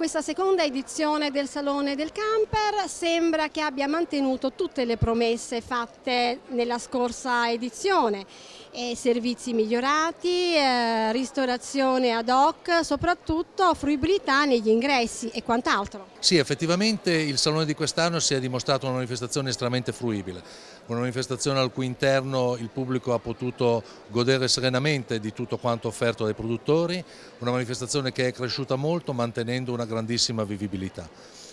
questa seconda edizione del Salone del Camper sembra che abbia mantenuto tutte le promesse fatte nella scorsa edizione, servizi migliorati, ristorazione ad hoc, soprattutto fruibilità negli ingressi e quant'altro. Sì, effettivamente il Salone di quest'anno si è dimostrato una manifestazione estremamente fruibile, una manifestazione al cui interno il pubblico ha potuto godere serenamente di tutto quanto offerto dai produttori, una manifestazione che è cresciuta molto mantenendo una grandissima vivibilità.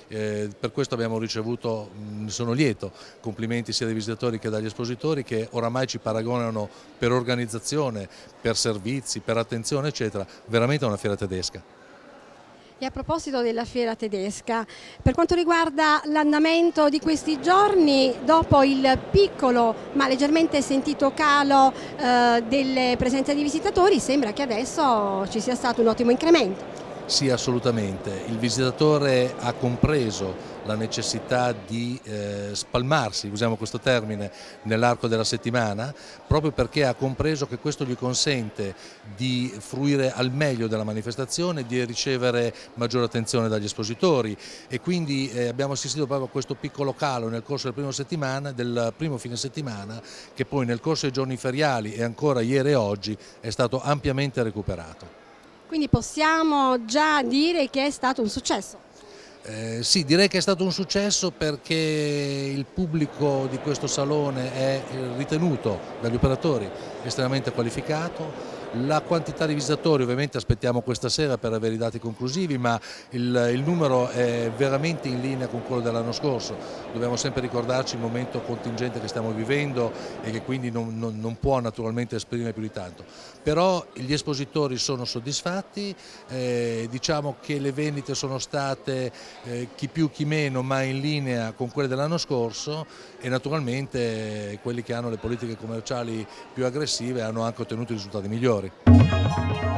Per questo abbiamo ricevuto, ne sono lieto, complimenti sia dai visitatori che dagli espositori che oramai ci paragonano per organizzazione, per servizi, per attenzione eccetera, veramente a una fiera tedesca. E a proposito della fiera tedesca, per quanto riguarda l'andamento di questi giorni, dopo il piccolo ma leggermente sentito calo delle presenze di visitatori, sembra che adesso ci sia stato un ottimo incremento. Sì, assolutamente. Il visitatore ha compreso la necessità di spalmarsi, usiamo questo termine, nell'arco della settimana, proprio perché ha compreso che questo gli consente di fruire al meglio della manifestazione, di ricevere maggiore attenzione dagli espositori e quindi abbiamo assistito proprio a questo piccolo calo nel corso del primo fine settimana che poi nel corso dei giorni feriali e ancora ieri e oggi è stato ampiamente recuperato. Quindi possiamo già dire che è stato un successo. Sì, direi che è stato un successo perché il pubblico di questo salone è ritenuto dagli operatori estremamente qualificato. La quantità di visitatori, ovviamente aspettiamo questa sera per avere i dati conclusivi, ma il numero è veramente in linea con quello dell'anno scorso. Dobbiamo sempre ricordarci il momento contingente che stiamo vivendo e che quindi non può naturalmente esprimere più di tanto. Però gli espositori sono soddisfatti, diciamo che le vendite sono state chi più chi meno ma in linea con quelle dell'anno scorso e naturalmente quelli che hanno le politiche commerciali più aggressive hanno anche ottenuto risultati migliori.